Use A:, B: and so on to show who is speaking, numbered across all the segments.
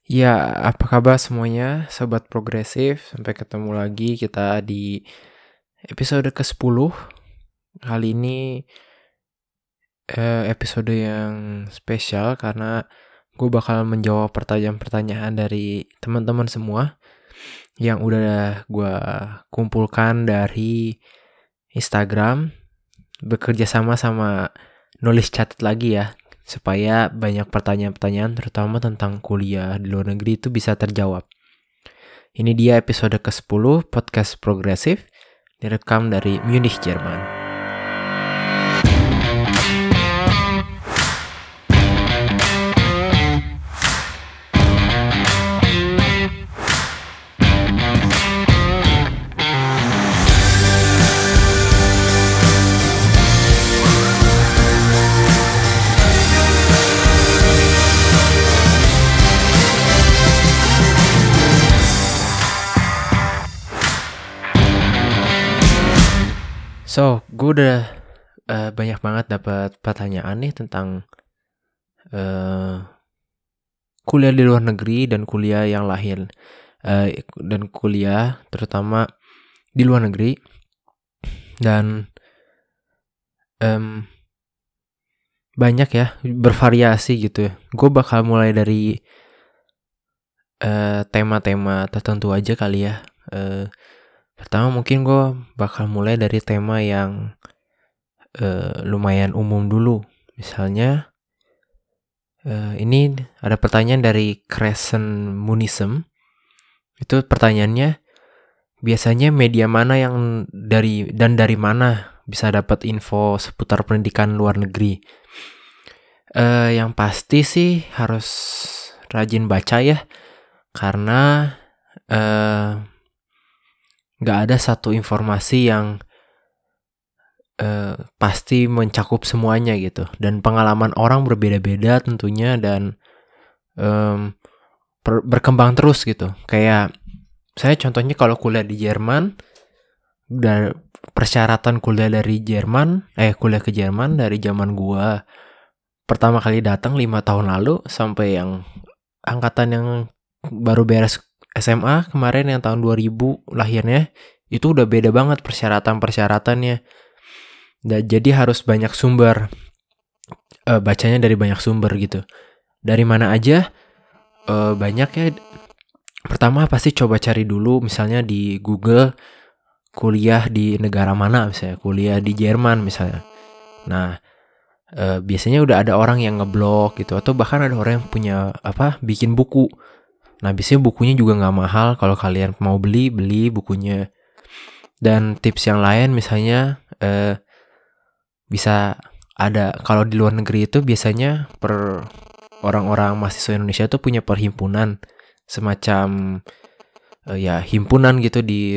A: Ya, apa kabar semuanya, sobat progresif? Sampai ketemu lagi kita di episode ke-10. Kali ini episode yang spesial karena gue bakal menjawab pertanyaan-pertanyaan dari teman-teman semua yang udah gue kumpulkan dari Instagram, bekerja sama nulis catat lagi ya, supaya banyak pertanyaan-pertanyaan terutama tentang kuliah di luar negeri itu bisa terjawab. Ini dia episode ke-10 podcast progresif, direkam dari Munich, Jerman. So, gue udah banyak banget dapat pertanyaan nih tentang kuliah di luar negeri dan kuliah yang lain, dan kuliah terutama di luar negeri. Dan banyak ya, bervariasi gitu ya. Gue bakal mulai dari tema-tema tertentu aja kali ya. Pertama mungkin gue bakal mulai dari tema yang lumayan umum dulu. Misalnya ini ada pertanyaan dari Crescent Munism. Itu pertanyaannya, biasanya media mana yang dari mana bisa dapat info seputar pendidikan luar negeri? Yang pasti sih harus rajin baca ya, karena nggak ada satu informasi yang pasti mencakup semuanya gitu, dan pengalaman orang berbeda-beda tentunya, dan berkembang terus gitu. Kayak saya contohnya kalau kuliah di Jerman, dan persyaratan kuliah ke Jerman dari zaman gua pertama kali datang 5 tahun lalu sampai yang angkatan yang baru beres SMA kemarin yang tahun 2000 lahirnya, itu udah beda banget persyaratannya. Dan jadi harus banyak sumber, bacanya dari banyak sumber gitu. Dari mana aja? Banyak ya. Pertama pasti coba cari dulu misalnya di Google, kuliah di negara mana, misalnya kuliah di Jerman misalnya. Nah, biasanya udah ada orang yang ngeblog gitu, atau bahkan ada orang yang punya bikin buku. Nah, biasanya bukunya juga nggak mahal, kalau kalian mau beli bukunya. Dan tips yang lain misalnya bisa ada, kalau di luar negeri itu biasanya orang-orang mahasiswa Indonesia tuh punya perhimpunan, semacam ya himpunan gitu di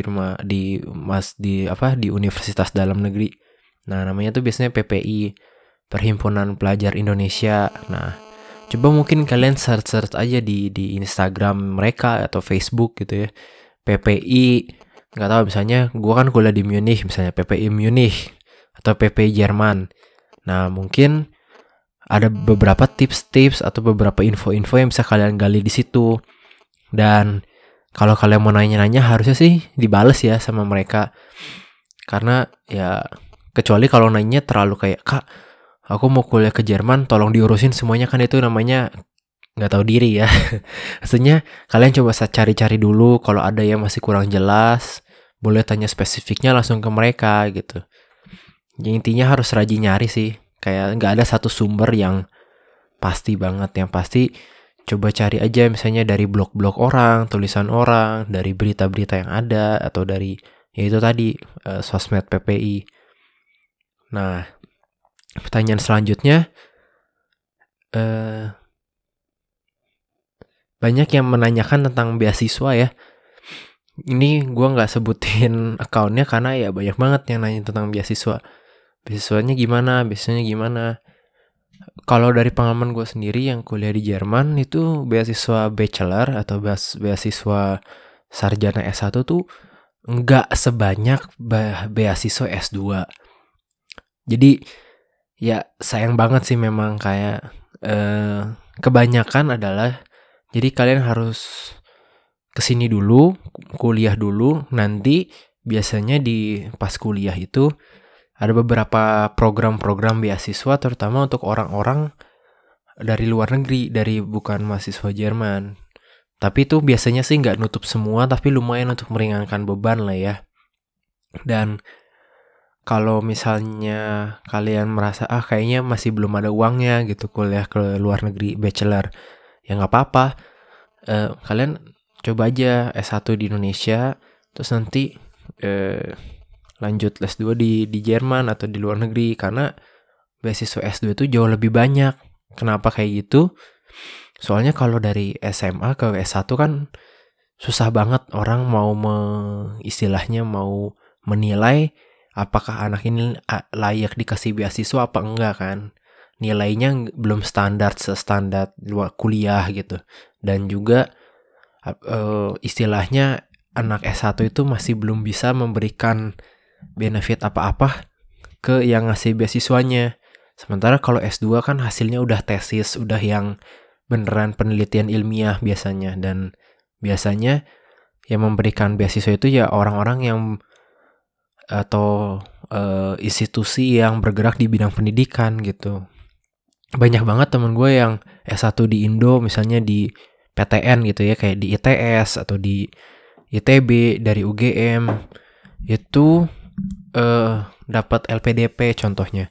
A: universitas dalam negeri. Nah, namanya tuh biasanya PPI, Perhimpunan Pelajar Indonesia. Nah, coba mungkin kalian search aja di Instagram mereka atau Facebook gitu ya. PPI, nggak tahu, misalnya gua kan kuliah di Munich, misalnya PPI Munich atau PPI Jerman. Nah, mungkin ada beberapa tips-tips atau beberapa info-info yang bisa kalian gali di situ. Dan kalau kalian mau nanya-nanya, harusnya sih dibales ya sama mereka. Karena ya, kecuali kalau nanya terlalu kayak, "Kak, aku mau kuliah ke Jerman, tolong diurusin semuanya," kan itu namanya nggak tahu diri ya. Maksudnya kalian coba cari-cari dulu, kalau ada yang masih kurang jelas, boleh tanya spesifiknya langsung ke mereka gitu. Ya, intinya harus rajin nyari sih. Kayak nggak ada satu sumber yang pasti banget. Yang pasti coba cari aja misalnya dari blog-blog orang, tulisan orang, dari berita-berita yang ada, atau dari ya itu tadi sosmed PPI. Nah, pertanyaan selanjutnya, banyak yang menanyakan tentang beasiswa ya. Ini gue nggak sebutin akunnya karena ya banyak banget yang nanya tentang beasiswa. Beasiswanya gimana? Kalau dari pengalaman gue sendiri yang kuliah di Jerman, itu beasiswa bachelor atau beasiswa sarjana S1 tuh nggak sebanyak beasiswa S2. Jadi ya sayang banget sih memang, kayak kebanyakan adalah Jadi kalian harus kesini dulu, kuliah dulu, nanti biasanya di pas kuliah itu ada beberapa program-program beasiswa terutama untuk orang-orang dari luar negeri, dari bukan mahasiswa Jerman. Tapi itu biasanya sih nggak nutup semua, tapi lumayan untuk meringankan beban lah ya. Dan kalau misalnya kalian merasa kayaknya masih belum ada uangnya gitu kuliah ke luar negeri bachelor, ya nggak apa-apa. Kalian coba aja S1 di Indonesia, terus nanti lanjut S2 di Jerman atau di luar negeri, karena beasiswa S2 itu jauh lebih banyak. Kenapa kayak gitu? Soalnya kalau dari SMA ke S1 kan susah banget orang mau istilahnya mau menilai apakah anak ini layak dikasih beasiswa apa enggak kan. Nilainya belum sestandar luar kuliah gitu. Dan juga istilahnya anak S1 itu masih belum bisa memberikan benefit apa-apa ke yang ngasih beasiswanya. Sementara kalau S2 kan hasilnya udah tesis, udah yang beneran penelitian ilmiah biasanya. Dan biasanya yang memberikan beasiswa itu ya orang-orang yang atau institusi yang bergerak di bidang pendidikan gitu. Banyak banget temen gue yang S1 di Indo, misalnya di PTN gitu ya, kayak di ITS atau di ITB, dari UGM, itu dapat LPDP contohnya.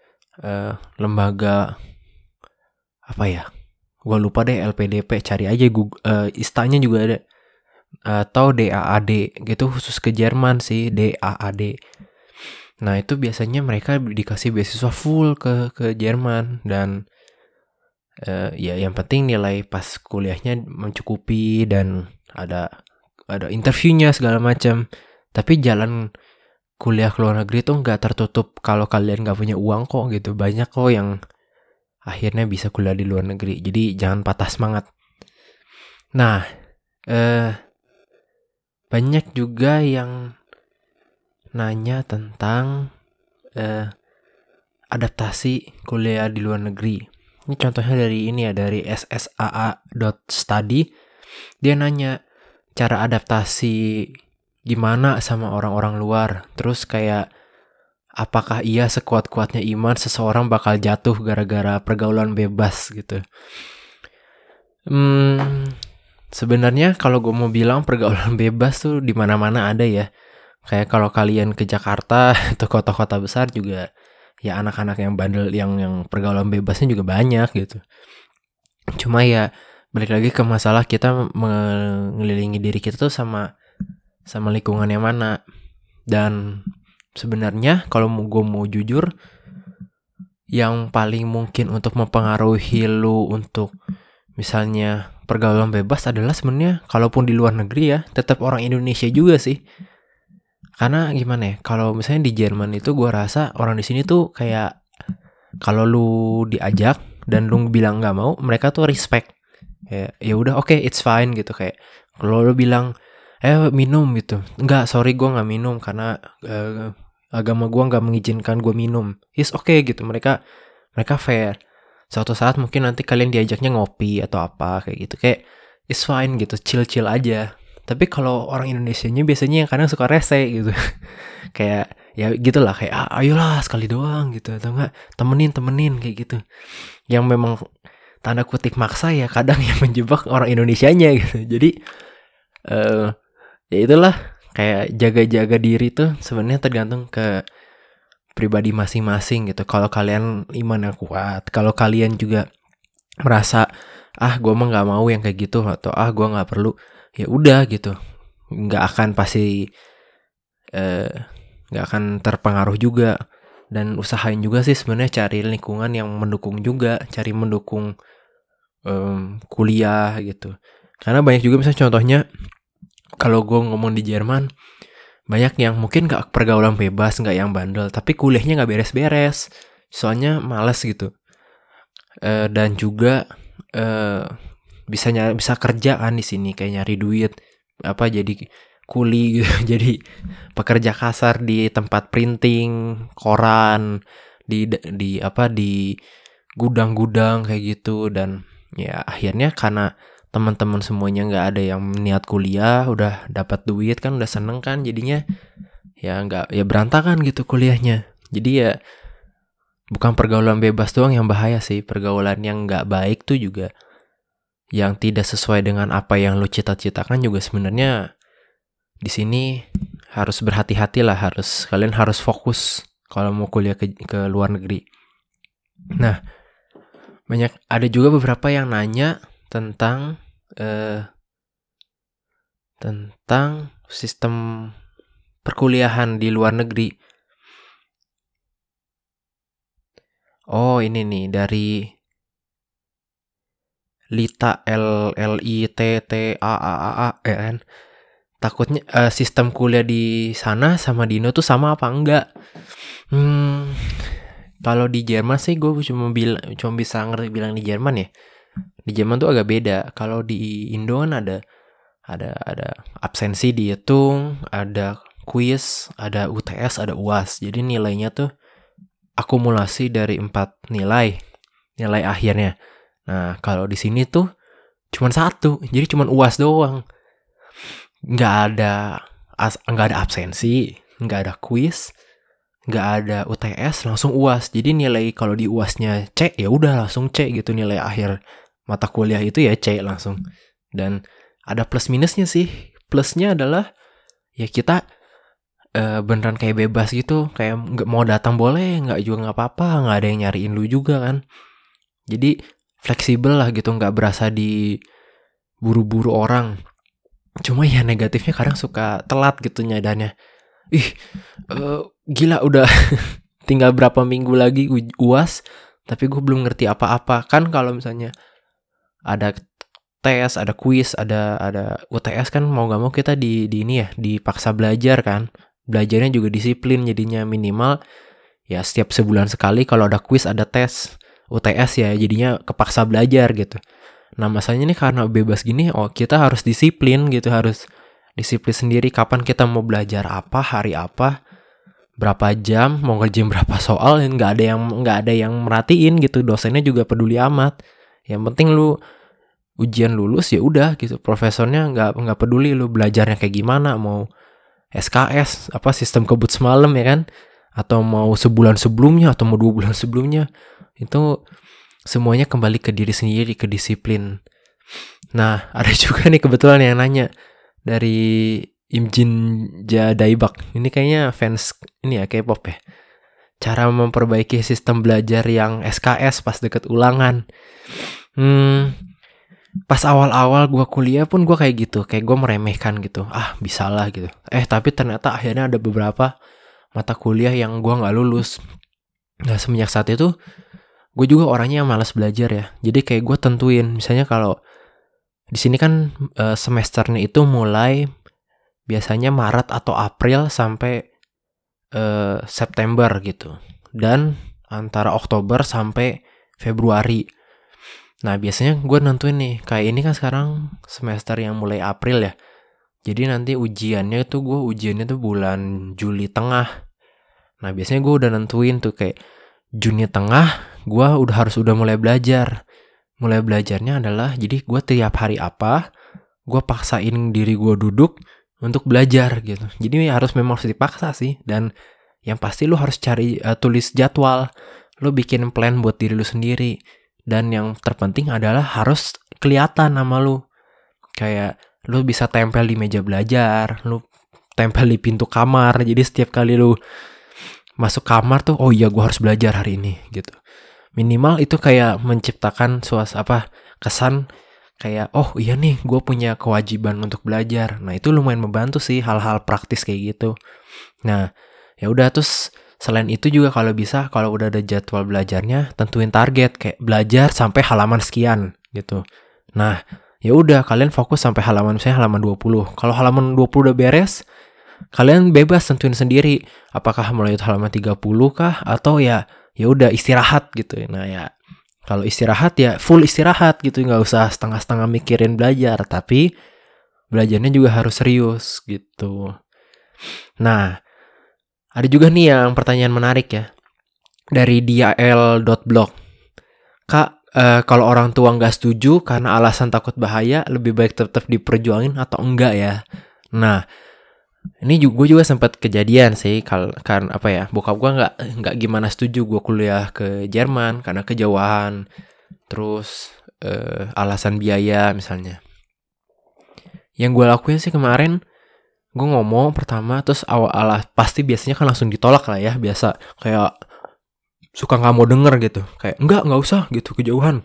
A: Lembaga apa ya? Gue lupa deh LPDP, cari aja Google, istanya juga ada. Atau DAAD gitu, khusus ke Jerman sih, DAAD. Nah itu biasanya mereka dikasih beasiswa full ke Jerman. Dan ya yang penting nilai pas kuliahnya mencukupi dan ada interviewnya segala macam. Tapi jalan kuliah ke luar negeri tuh nggak tertutup kalau kalian nggak punya uang kok gitu. Banyak kok yang akhirnya bisa kuliah di luar negeri. Jadi jangan patah semangat. Nah banyak juga yang nanya tentang adaptasi kuliah di luar negeri. Ini contohnya dari ini ya, dari ssaa.study. Dia nanya cara adaptasi gimana sama orang-orang luar. Terus kayak apakah iya sekuat-kuatnya iman seseorang bakal jatuh gara-gara pergaulan bebas gitu. Sebenarnya kalau gue mau bilang pergaulan bebas tuh di mana-mana ada ya. Kayak kalau kalian ke Jakarta atau kota-kota besar juga ya anak-anak yang bandel yang pergaulan bebasnya juga banyak gitu. Cuma ya balik lagi ke masalah kita mengelilingi diri kita tuh sama lingkungan yang mana. Dan sebenarnya kalau gue mau jujur, yang paling mungkin untuk mempengaruhi lu untuk misalnya pergaulan bebas adalah sebenarnya kalaupun di luar negeri ya tetap orang Indonesia juga sih. Karena gimana ya, kalau misalnya di Jerman itu gue rasa orang di sini tuh kayak kalau lu diajak dan lu bilang nggak mau, mereka tuh respect. Ya udah oke, it's fine gitu. Kayak kalau lu bilang minum gitu, enggak, sorry gue nggak minum karena agama gue nggak mengizinkan gue minum. It's okay gitu, mereka fair. Suatu saat mungkin nanti kalian diajaknya ngopi atau apa kayak gitu, kayak it's fine gitu, chill aja. Tapi kalau orang Indonesianya biasanya yang kadang suka rese gitu. Kayak ya gitulah, kayak ayolah sekali doang gitu, atau enggak temenin kayak gitu. Yang memang tanda kutip maksa ya kadang yang menjebak orang Indonesianya gitu. Jadi ya itulah, kayak jaga-jaga diri tuh sebenarnya tergantung ke pribadi masing-masing gitu. Kalau kalian imannya kuat, kalau kalian juga merasa gue mah nggak mau yang kayak gitu, atau gue nggak perlu, ya udah gitu, nggak akan pasti nggak akan terpengaruh juga. Dan usahain juga sih sebenarnya cari lingkungan yang mendukung juga, cari mendukung kuliah gitu. Karena banyak juga misalnya contohnya kalau gue ngomong di Jerman, banyak yang mungkin gak pergaulan bebas, gak yang bandel, tapi kuliahnya gak beres-beres, soalnya malas gitu. Dan juga bisa kerja kan di sini, kayak nyari duit, jadi kuli gitu, jadi pekerja kasar di tempat printing koran, di gudang-gudang kayak gitu. Dan ya akhirnya karena teman-teman semuanya nggak ada yang niat kuliah, udah dapat duit kan, udah seneng kan, jadinya ya nggak, ya berantakan gitu kuliahnya. Jadi ya bukan pergaulan bebas doang yang bahaya sih, pergaulan yang nggak baik tuh juga, yang tidak sesuai dengan apa yang lu cita-citakan juga sebenarnya di sini harus berhati-hati lah, kalian harus fokus kalau mau kuliah ke luar negeri. Nah, ada juga beberapa yang nanya tentang sistem perkuliahan di luar negeri. Oh, ini nih dari Lita LITTA kan. Takutnya sistem kuliah di sana sama di Indo tuh sama apa enggak? Kalau di Jerman sih gue cuma bisa ngerti bilang di Jerman ya. Di Jerman tuh agak beda. Kalau di Indo kan ada absensi dihitung, ada kuis, ada UTS, ada UAS. Jadi nilainya tuh akumulasi dari 4 nilai akhirnya. Nah, kalau di sini tuh cuma 1, jadi cuma UAS doang. Nggak ada absensi, nggak ada kuis, nggak ada UTS, langsung UAS. Jadi nilai kalau di UASnya C, ya udah langsung C gitu, nilai akhir mata kuliah itu ya C langsung. Dan ada plus minusnya sih. Plusnya adalah ya kita beneran kayak bebas gitu, kayak nggak mau datang boleh, nggak juga nggak apa-apa, nggak ada yang nyariin lu juga kan. Jadi fleksibel lah gitu, nggak berasa di buru-buru orang. Cuma ya negatifnya kadang suka telat gitu nyadarnya. Gila udah tinggal berapa minggu lagi UAS, tapi gue belum ngerti apa-apa. Kan kalau misalnya ada tes, ada kuis, ada UTS kan mau gak mau kita di ini ya, dipaksa belajar kan. Belajarnya juga disiplin, jadinya minimal ya setiap sebulan sekali kalau ada kuis, ada tes UTS ya, jadinya kepaksa belajar gitu. Nah, masalahnya nih karena bebas gini, kita harus disiplin gitu, harus disiplin sendiri kapan kita mau belajar apa, hari apa, berapa jam, mau ngerjain berapa soal, nggak ada yang merhatiin gitu, dosennya juga peduli amat. Yang penting lu ujian lulus ya udah gitu, profesornya nggak peduli lu belajarnya kayak gimana, mau SKS apa sistem kebut semalam ya kan, atau mau sebulan sebelumnya atau mau 2 bulan sebelumnya, itu semuanya kembali ke diri sendiri, ke disiplin. Nah, ada juga nih kebetulan yang nanya dari Imjin Jadaibak. Ini kayaknya fans ini ya K-pop ya. Cara memperbaiki sistem belajar yang SKS pas deket ulangan. Pas awal-awal gue kuliah pun gue kayak gitu, kayak gue meremehkan gitu. Bisa lah gitu. Tapi ternyata akhirnya ada beberapa mata kuliah yang gue nggak lulus. Nah, semenjak saat itu gue juga orangnya yang malas belajar ya. Jadi kayak gue tentuin, misalnya kalau di sini kan semesternya itu mulai biasanya Maret atau April sampai September gitu. Dan antara Oktober sampai Februari. Nah, biasanya gue nentuin nih, kayak ini kan sekarang semester yang mulai April ya. Jadi nanti ujiannya tuh bulan Juli tengah. Nah, biasanya gue udah nentuin tuh kayak Juni tengah gue harus mulai belajar. Mulai belajarnya adalah jadi gue tiap hari apa, gue paksain diri gue duduk untuk belajar gitu. Jadi memang harus dipaksa sih. Dan yang pasti lu harus cari tulis jadwal. Lu bikin plan buat diri lu sendiri. Dan yang terpenting adalah harus kelihatan nama lu. Kayak lu bisa tempel di meja belajar, lu tempel di pintu kamar. Jadi setiap kali lu masuk kamar tuh, oh iya gue harus belajar hari ini gitu. Minimal itu kayak menciptakan kesan kayak, oh iya nih gue punya kewajiban untuk belajar. Nah, itu lumayan membantu sih, hal-hal praktis kayak gitu. Nah, ya udah, terus selain itu juga kalau bisa, kalau udah ada jadwal belajarnya, tentuin target kayak belajar sampai halaman sekian gitu. Nah, ya udah kalian fokus sampai misalnya halaman 20. Kalau halaman 20 udah beres, kalian bebas tentuin sendiri apakah mulai halaman 30 kah atau ya udah istirahat gitu. Nah, ya kalau istirahat ya full istirahat gitu, nggak usah setengah-setengah mikirin belajar, tapi belajarnya juga harus serius gitu. Nah, ada juga nih yang pertanyaan menarik ya dari dial.blog. Kak, Kalau orang tua nggak setuju karena alasan takut bahaya, lebih baik tetap diperjuangin atau enggak ya? Nah, ini juga gue juga sempat kejadian sih, karena apa ya, bokap gue nggak gimana setuju gue kuliah ke Jerman karena kejauhan, terus alasan biaya misalnya. Yang gue lakuin sih kemarin, gue ngomong pertama, terus awal pasti biasanya kan langsung ditolak lah ya, biasa kayak suka nggak mau denger gitu, kayak nggak usah gitu, kejauhan.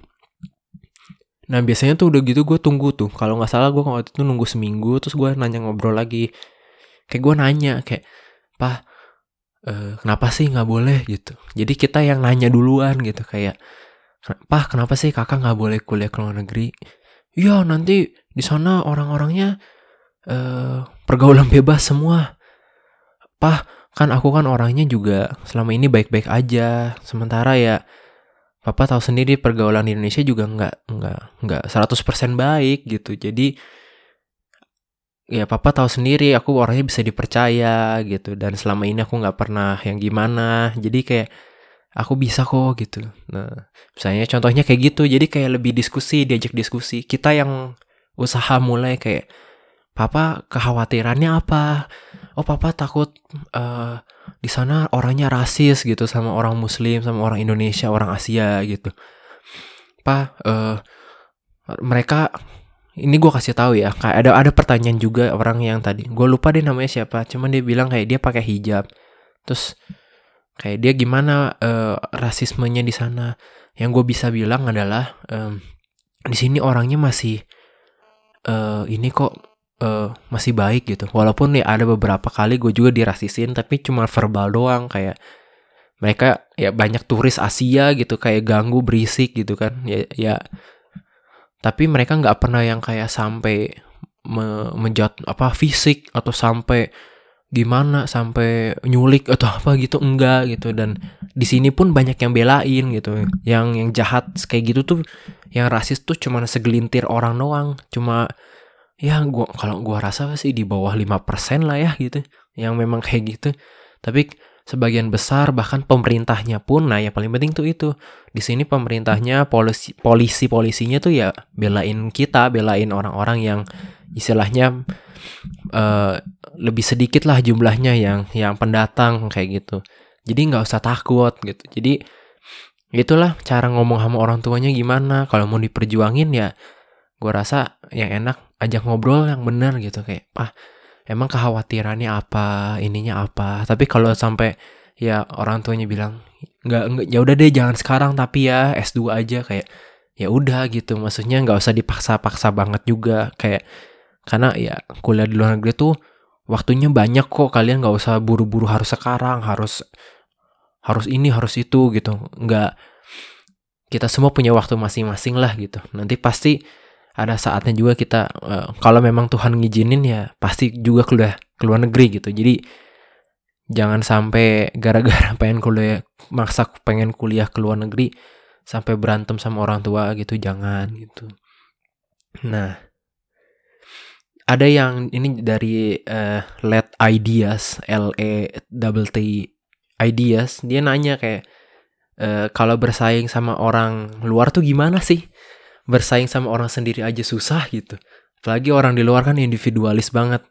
A: Nah biasanya tuh udah gitu gue tunggu tuh, kalau nggak salah gue waktu itu nunggu seminggu, terus gue nanya ngobrol lagi, kayak gue nanya kayak, "Pak, kenapa sih nggak boleh gitu?" Jadi kita yang nanya duluan gitu, kayak, "Pak, kenapa sih kakak nggak boleh kuliah ke luar negeri?" "Iya, nanti di sana orang-orangnya pergaulan bebas semua." "Pak, kan aku kan orangnya juga selama ini baik-baik aja. Sementara ya Papa tahu sendiri pergaulan di Indonesia juga nggak 100% baik gitu. Jadi ya Papa tahu sendiri aku orangnya bisa dipercaya gitu, dan selama ini aku nggak pernah yang gimana. Jadi kayak aku bisa kok gitu." Nah, misalnya contohnya kayak gitu. Jadi kayak lebih diskusi, diajak diskusi. Kita yang usaha mulai kayak, "Papa kekhawatirannya apa?" "Oh, Papa takut di sana orangnya rasis gitu sama orang Muslim, sama orang Indonesia, orang Asia gitu. Pak, mereka," ini gue kasih tahu ya, kayak ada pertanyaan juga orang yang tadi, gue lupa deh namanya siapa, cuman dia bilang kayak dia pakai hijab, terus kayak dia gimana rasismenya di sana. Yang gue bisa bilang adalah, di sini orangnya masih ini kok, masih baik gitu. Walaupun ya ada beberapa kali gue juga dirasisin, tapi cuma verbal doang, kayak mereka ya banyak turis Asia gitu, kayak ganggu, berisik gitu kan. Ya tapi mereka nggak pernah yang kayak sampai menjat apa fisik, atau sampai gimana, sampai nyulik atau apa gitu, enggak gitu. Dan di sini pun banyak yang belain gitu. Yang jahat kayak gitu tuh, yang rasis tuh cuma segelintir orang doang. Cuma ya kalau gua rasa sih di bawah 5% lah ya gitu, yang memang kayak gitu. Tapi sebagian besar bahkan pemerintahnya pun, nah yang paling penting tuh itu. Di sini pemerintahnya, polisinya tuh ya belain kita, belain orang-orang yang istilahnya lebih sedikit lah jumlahnya yang pendatang kayak gitu. Jadi nggak usah takut gitu. Jadi itulah cara ngomong sama orang tuanya gimana. Kalau mau diperjuangin ya gue rasa yang enak ajak ngobrol yang benar gitu, kayak, "Ah, emang kekhawatirannya apa, ininya apa." Tapi kalau sampai ya orang tuanya bilang, "Nggak, ya udah deh jangan sekarang, tapi ya S2 aja," kayak ya udah gitu. Maksudnya nggak usah dipaksa-paksa banget juga, kayak karena ya kuliah di luar negeri tuh waktunya banyak kok. Kalian nggak usah buru-buru harus sekarang, harus ini, harus itu gitu. Nggak, kita semua punya waktu masing-masing lah gitu. Nanti pasti ada saatnya juga kita, kalau memang Tuhan ngizinin ya pasti juga kuliah ke luar negeri gitu. Jadi jangan sampai gara-gara pengen kuliah ke luar negeri sampai berantem sama orang tua gitu, jangan gitu. Nah, ada yang ini dari Let Ideas, LETT Ideas, dia nanya kayak, kalau bersaing sama orang luar tuh gimana sih? Bersaing sama orang sendiri aja susah gitu. Apalagi orang di luar kan individualis banget.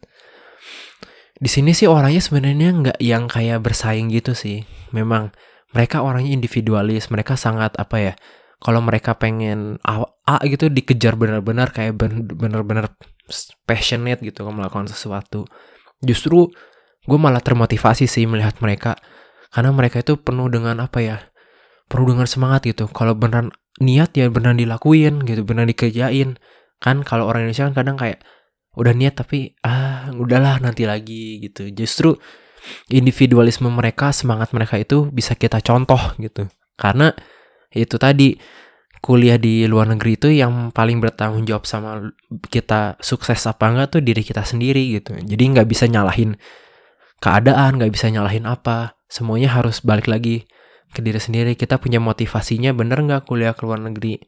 A: Di sini sih orangnya sebenarnya nggak yang kayak bersaing gitu sih. Memang mereka orangnya individualis. Mereka sangat apa ya? Kalau mereka pengen A gitu dikejar benar-benar, kayak benar-benar passionate gitu melakukan sesuatu. Justru gue malah termotivasi sih melihat mereka, karena mereka itu penuh dengan apa ya? Penuh dengan semangat gitu. Kalau beneran niat ya beneran dilakuin gitu, beneran dikerjain. Kan kalau orang Indonesia kan kadang kayak udah niat tapi udahlah nanti lagi gitu. Justru individualisme mereka, semangat mereka itu bisa kita contoh gitu. Karena itu tadi, kuliah di luar negeri itu yang paling bertanggung jawab sama kita sukses apa enggak tuh diri kita sendiri gitu. Jadi nggak bisa nyalahin keadaan, nggak bisa nyalahin apa. Semuanya harus balik lagi ke diri sendiri. Kita punya motivasinya bener nggak kuliah ke luar negeri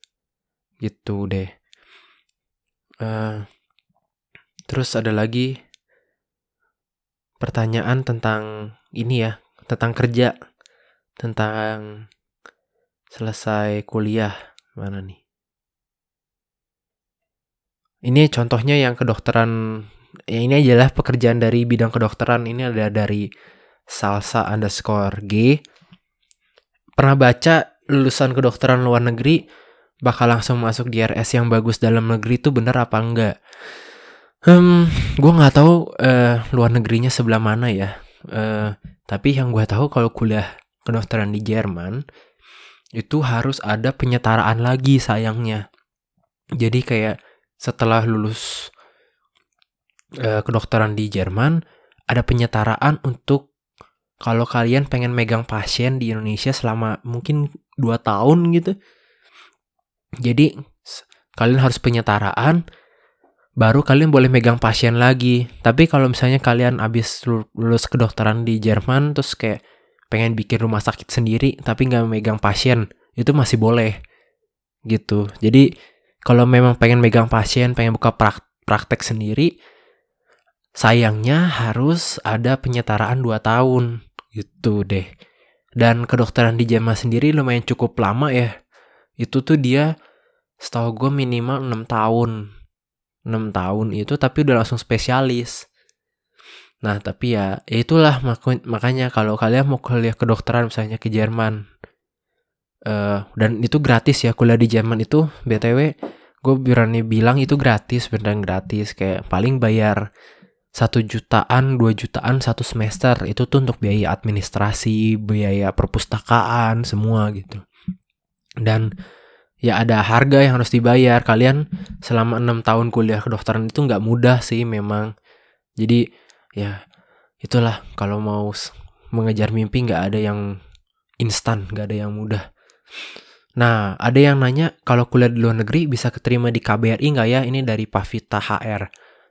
A: gitu deh. Terus ada lagi pertanyaan tentang ini ya, tentang kerja, tentang selesai kuliah. Mana nih? Ini contohnya yang kedokteran. Ya ini adalah pekerjaan dari bidang kedokteran. Ini ada dari salsa_g. Pernah baca lulusan kedokteran luar negeri bakal langsung masuk di RS yang bagus dalam negeri itu bener apa enggak? Gue nggak tahu luar negerinya sebelah mana ya. Tapi yang gue tahu kalau kuliah kedokteran di Jerman itu harus ada penyetaraan lagi sayangnya. Jadi kayak setelah lulus kedokteran di Jerman, ada penyetaraan untuk kalau kalian pengen megang pasien di Indonesia selama mungkin 2 tahun gitu. Jadi kalian harus penyetaraan, baru kalian boleh megang pasien lagi. Tapi kalau misalnya kalian abis lulus kedokteran di Jerman, terus kayak pengen bikin rumah sakit sendiri, tapi gak megang pasien, itu masih boleh gitu. Jadi kalau memang pengen megang pasien, pengen buka praktek sendiri, sayangnya harus ada penyetaraan 2 tahun gitu deh. Dan kedokteran di Jerman sendiri lumayan cukup lama ya. Itu tuh dia setahu gue minimal 6 tahun. 6 tahun itu tapi udah langsung spesialis. Nah tapi ya itulah makanya kalau kalian mau kuliah kedokteran misalnya ke Jerman, dan itu gratis ya, kuliah di Jerman itu BTW gue berani bilang itu gratis, beneran gratis. Kayak paling bayar 1 jutaan, 2 jutaan 1 semester. Itu tuh untuk biaya administrasi, biaya perpustakaan, semua gitu. Dan ya ada harga yang harus dibayar. Kalian selama 6 tahun kuliah kedokteran itu gak mudah sih memang. Jadi ya itulah, kalau mau mengejar mimpi gak ada yang instan, gak ada yang mudah. Nah ada yang nanya kalau kuliah di luar negeri bisa keterima di KBRI gak ya? Ini dari Pavita HR.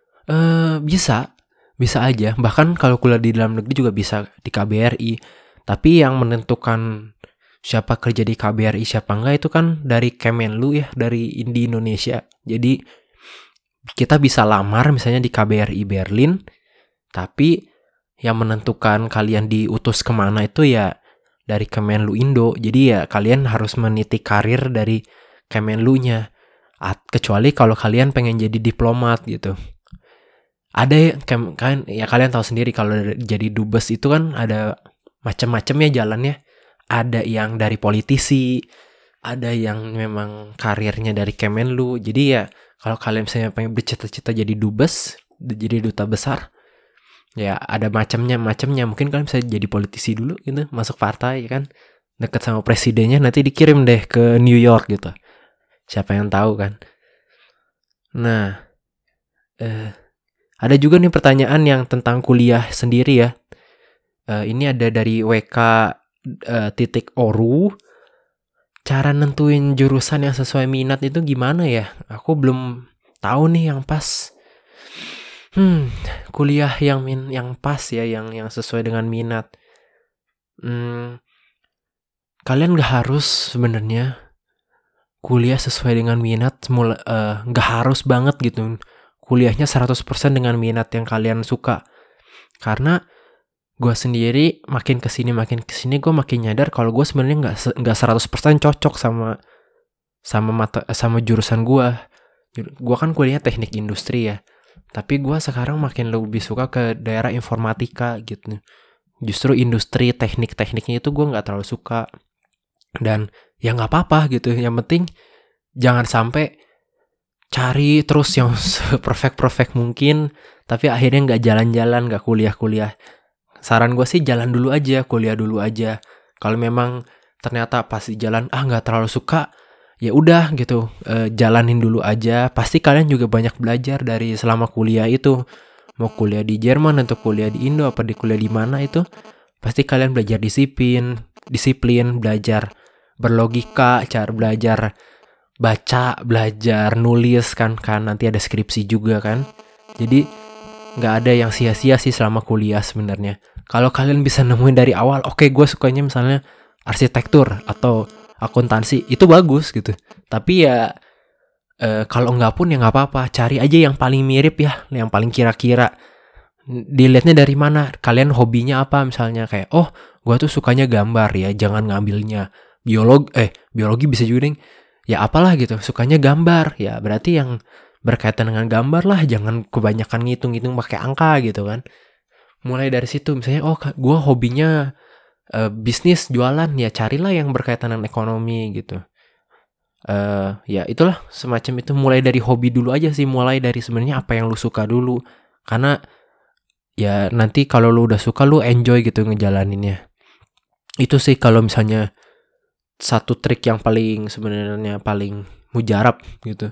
A: Bisa aja. Bahkan kalau kuliah di dalam negeri juga bisa di KBRI. Tapi yang menentukan siapa kerja di KBRI siapa enggak itu kan dari Kemenlu ya, dari di Indonesia. Jadi kita bisa lamar misalnya di KBRI Berlin, tapi yang menentukan kalian diutus kemana itu ya dari Kemenlu Indo. Jadi ya kalian harus meniti karir dari Kemenlu-nya. Kecuali kalau kalian pengen jadi diplomat gitu. Ada kan ya, kalian tahu sendiri kalau jadi dubes itu kan ada macam-macam ya jalannya. Ada yang dari politisi, ada yang memang karirnya dari Kemenlu. Jadi ya kalau kalian misalnya pengen bercita-cita jadi dubes, jadi duta besar, ya ada macamnya. Mungkin kalian bisa jadi politisi dulu gitu, masuk partai kan, deket sama presidennya, nanti dikirim deh ke New York gitu. Siapa yang tahu kan. Nah ada juga nih pertanyaan yang tentang kuliah sendiri ya. Ini ada dari WK.oru. Cara nentuin jurusan yang sesuai minat itu gimana ya? Aku belum tahu nih yang pas. Kuliah yang pas ya, yang sesuai dengan minat. Kalian gak harus sebenarnya kuliah sesuai dengan minat. Gak harus banget gitu. Kuliahnya 100% dengan minat yang kalian suka. Karena gue sendiri makin kesini gue makin nyadar kalau gue sebenarnya nggak 100% cocok sama jurusan gue. Gue kan kuliahnya teknik industri ya, tapi gue sekarang makin lebih suka ke daerah informatika gitu. Justru industri tekniknya itu gue nggak terlalu suka. Dan ya nggak apa-apa gitu. Yang penting jangan sampai cari terus yang perfect mungkin, tapi akhirnya nggak jalan-jalan, nggak kuliah. Saran gue sih jalan dulu aja, kuliah dulu aja. Kalau memang ternyata pas di jalan nggak terlalu suka, ya udah gitu, jalanin dulu aja. Pasti kalian juga banyak belajar dari selama kuliah itu. Mau kuliah di Jerman atau kuliah di Indo apa di kuliah di mana itu, pasti kalian belajar disiplin, belajar berlogika, cara belajar baca, belajar nulis kan nanti ada skripsi juga kan. Jadi nggak ada yang sia-sia sih selama kuliah sebenarnya. Kalau kalian bisa nemuin dari awal, oke, gue sukanya misalnya arsitektur atau akuntansi, itu bagus gitu. Tapi ya kalau nggak pun ya nggak apa-apa, cari aja yang paling mirip ya, yang paling kira-kira. Dilihatnya dari mana, kalian hobinya apa misalnya, kayak gue tuh sukanya gambar ya, jangan ngambilnya biologi bisa juga nih. ya apalah gitu, sukanya gambar. Ya berarti yang berkaitan dengan gambar lah, jangan kebanyakan ngitung-ngitung pakai angka gitu kan. Mulai dari situ misalnya, gue hobinya bisnis jualan, ya carilah yang berkaitan dengan ekonomi gitu. Ya itulah semacam itu, mulai dari hobi dulu aja sih, mulai dari sebenarnya apa yang lu suka dulu, karena ya nanti kalau lu udah suka lu enjoy gitu ngejalaninnya. Itu sih kalau misalnya satu trik yang paling sebenarnya paling mujarab gitu.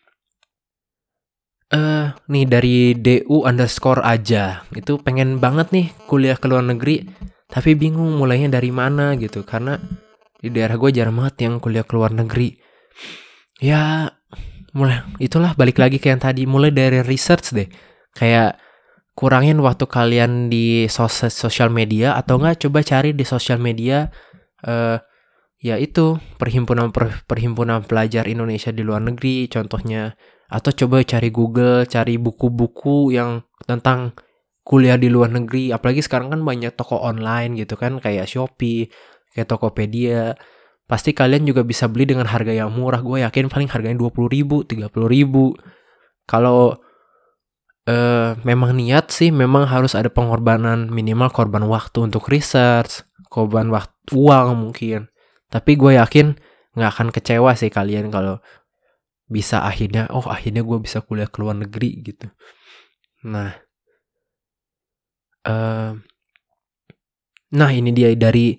A: Nih dari DU_ aja, itu pengen banget nih kuliah ke luar negeri, tapi bingung mulainya dari mana gitu, karena di daerah gue jarang banget yang kuliah ke luar negeri. Ya mulai itulah, balik lagi ke yang tadi, mulai dari research deh, kayak kurangin waktu kalian di sosial media, atau enggak coba cari di sosial media ya itu perhimpunan pelajar Indonesia di luar negeri contohnya, atau coba cari Google, cari buku-buku yang tentang kuliah di luar negeri. Apalagi sekarang kan banyak toko online gitu kan, kayak Shopee, kayak Tokopedia. Pasti kalian juga bisa beli dengan harga yang murah. Gue yakin paling harganya 20.000, 30.000. Kalau memang niat sih, memang harus ada pengorbanan, minimal korban waktu untuk research, korban waktu uang mungkin. Tapi gue yakin gak akan kecewa sih kalian kalau bisa akhirnya gue bisa kuliah ke luar negeri gitu. Nah ini dia dari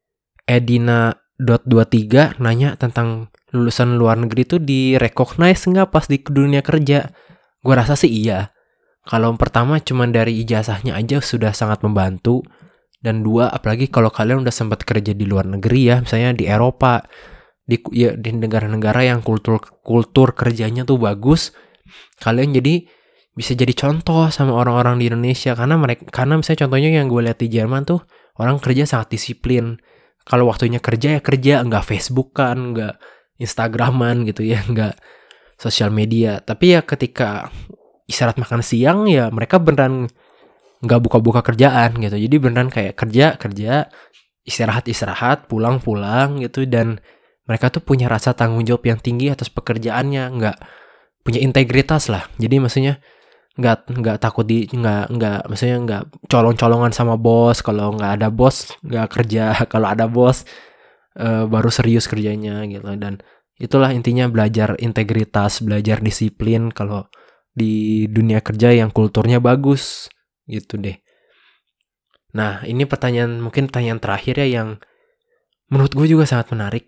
A: Edina.23 nanya tentang lulusan luar negeri tuh di-recognize nggak pas di dunia kerja. Gue rasa sih iya. Kalau pertama cuman dari ijazahnya aja sudah sangat membantu. Dan dua, apalagi kalau kalian udah sempat kerja di luar negeri ya, misalnya di Eropa, di negara-negara yang kultur kerjanya tuh bagus, kalian jadi bisa jadi contoh sama orang-orang di Indonesia. Karena misalnya contohnya yang gue lihat di Jerman tuh, orang kerja sangat disiplin. Kalau waktunya kerja ya kerja, nggak Facebookan, nggak Instagraman gitu ya, nggak sosial media. Tapi ya ketika istirahat makan siang ya mereka beneran nggak buka-buka kerjaan gitu. Jadi beneran kayak kerja, istirahat, pulang gitu. Dan mereka tuh punya rasa tanggung jawab yang tinggi atas pekerjaannya, nggak punya integritas lah. Jadi maksudnya nggak takut maksudnya nggak colong-colongan sama bos. Kalau nggak ada bos nggak kerja, kalau ada bos baru serius kerjanya gitu. Dan itulah intinya, belajar integritas, belajar disiplin kalau di dunia kerja yang kulturnya bagus gitu deh. Nah ini mungkin pertanyaan terakhir ya, yang menurut gue juga sangat menarik.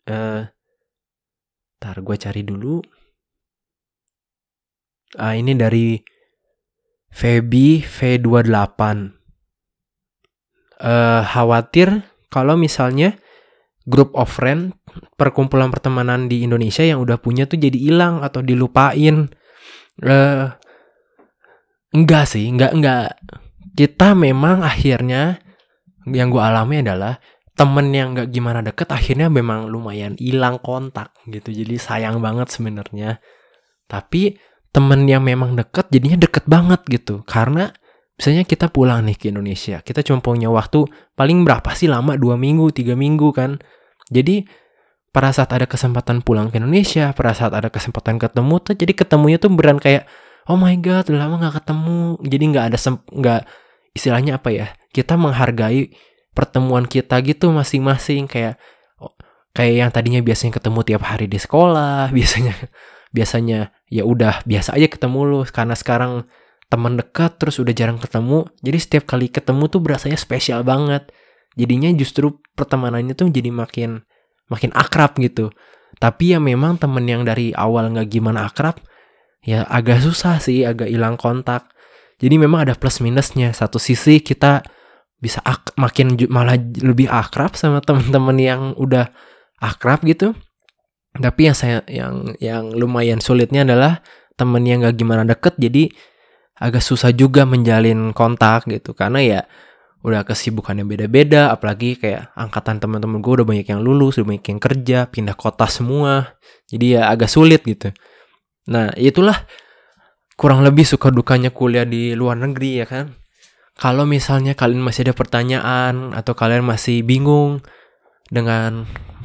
A: Ntar gue cari dulu. Ini dari Feby V28. Khawatir kalau misalnya group of friend, perkumpulan pertemanan di Indonesia yang udah punya tuh jadi hilang atau dilupain. Enggak sih, enggak. Kita memang akhirnya, yang gue alami adalah temen yang gak gimana deket akhirnya memang lumayan hilang kontak gitu. Jadi sayang banget sebenarnya. Tapi temen yang memang deket jadinya deket banget gitu. Karena misalnya kita pulang nih ke Indonesia, kita cuma punya waktu paling berapa sih lama, 2 minggu, 3 minggu kan. Jadi pada saat ada kesempatan pulang ke Indonesia, pada saat ada kesempatan ketemu tuh, jadi ketemunya tuh beneran kayak oh my god, udah lama gak ketemu. Jadi gak istilahnya apa ya, kita menghargai pertemuan kita gitu masing-masing. Kayak yang tadinya biasanya ketemu tiap hari di sekolah, biasanya ya udah biasa aja ketemu lu, karena sekarang teman dekat terus udah jarang ketemu. Jadi setiap kali ketemu tuh berasanya spesial banget. Jadinya justru pertemanannya tuh jadi makin akrab gitu. Tapi ya memang temen yang dari awal gak gimana akrab, ya agak susah sih, agak hilang kontak. Jadi memang ada plus minusnya. Satu sisi kita bisa malah lebih akrab sama teman-teman yang udah akrab gitu. Tapi yang lumayan sulitnya adalah temen yang gak gimana deket, jadi agak susah juga menjalin kontak gitu. Karena ya udah kesibukannya beda-beda. Apalagi kayak angkatan teman-teman gue udah banyak yang lulus, udah banyak yang kerja, pindah kota semua. Jadi ya agak sulit gitu. Nah itulah kurang lebih suka dukanya kuliah di luar negeri ya kan. Kalau misalnya kalian masih ada pertanyaan atau kalian masih bingung dengan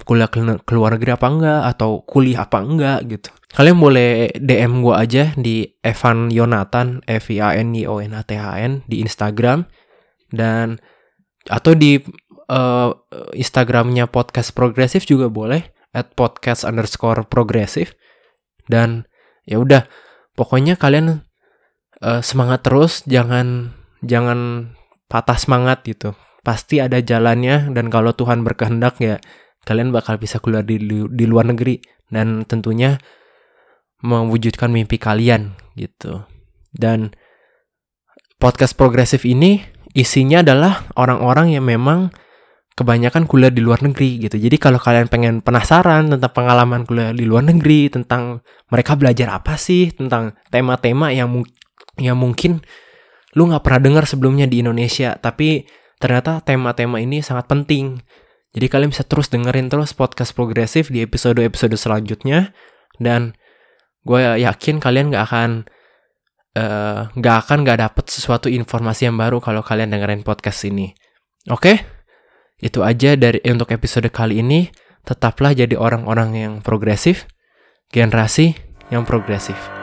A: kuliah ke luar negeri apa enggak, atau kuliah apa enggak gitu. Kalian boleh DM gue aja di Evan Yonathan, EVANYONATHN di Instagram, dan atau di Instagramnya Podcast Progresif juga boleh, @podcast_progresif. Dan ya udah, pokoknya kalian semangat terus, jangan patah semangat gitu. Pasti ada jalannya, dan kalau Tuhan berkehendak ya kalian bakal bisa kuliah di luar negeri, dan tentunya mewujudkan mimpi kalian gitu. Dan podcast progresif ini isinya adalah orang-orang yang memang kebanyakan kuliah di luar negeri gitu. Jadi kalau kalian pengen penasaran tentang pengalaman kuliah di luar negeri, tentang mereka belajar apa sih, tentang tema-tema yang mungkin lu gak pernah dengar sebelumnya di Indonesia, tapi ternyata tema-tema ini sangat penting. Jadi kalian bisa terus dengerin terus podcast progresif di episode-episode selanjutnya. Dan gue yakin kalian gak akan dapet sesuatu informasi yang baru kalau kalian dengerin podcast ini. Oke? Itu aja untuk episode kali ini. Tetaplah jadi orang-orang yang progresif, generasi yang progresif.